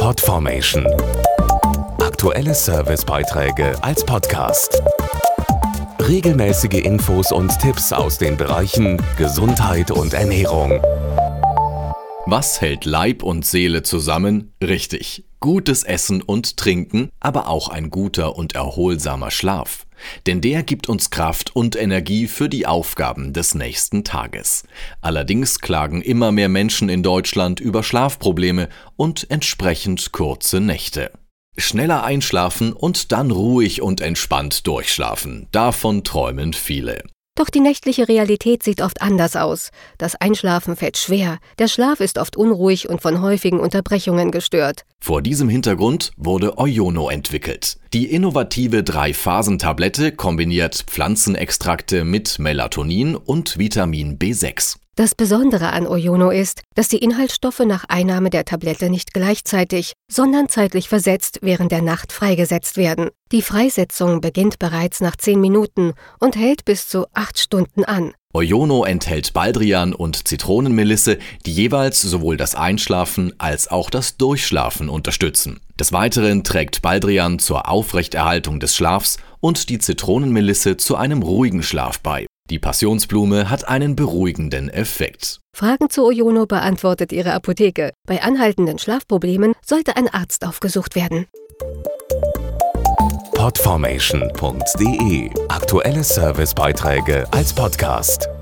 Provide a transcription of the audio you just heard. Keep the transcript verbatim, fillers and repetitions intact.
Podformation. Aktuelle Servicebeiträge als Podcast. Regelmäßige Infos und Tipps aus den Bereichen Gesundheit und Ernährung. Was hält Leib und Seele zusammen? Richtig, gutes Essen und Trinken, aber auch ein guter und erholsamer Schlaf. Denn der gibt uns Kraft und Energie für die Aufgaben des nächsten Tages. Allerdings klagen immer mehr Menschen in Deutschland über Schlafprobleme und entsprechend kurze Nächte. Schneller einschlafen und dann ruhig und entspannt durchschlafen. Davon träumen viele. Doch die nächtliche Realität sieht oft anders aus. Das Einschlafen fällt schwer, der Schlaf ist oft unruhig und von häufigen Unterbrechungen gestört. Vor diesem Hintergrund wurde Oyono entwickelt. Die innovative Drei-Phasen-Tablette kombiniert Pflanzenextrakte mit Melatonin und Vitamin B sechs. Das Besondere an Oyono ist, dass die Inhaltsstoffe nach Einnahme der Tablette nicht gleichzeitig, sondern zeitlich versetzt während der Nacht freigesetzt werden. Die Freisetzung beginnt bereits nach zehn Minuten und hält bis zu acht Stunden an. Oyono enthält Baldrian und Zitronenmelisse, die jeweils sowohl das Einschlafen als auch das Durchschlafen unterstützen. Des Weiteren trägt Baldrian zur Aufrechterhaltung des Schlafs und die Zitronenmelisse zu einem ruhigen Schlaf bei. Die Passionsblume hat einen beruhigenden Effekt. Fragen zu Oyono beantwortet Ihre Apotheke. Bei anhaltenden Schlafproblemen sollte ein Arzt aufgesucht werden. Podformation punkt de. Aktuelle Servicebeiträge als Podcast.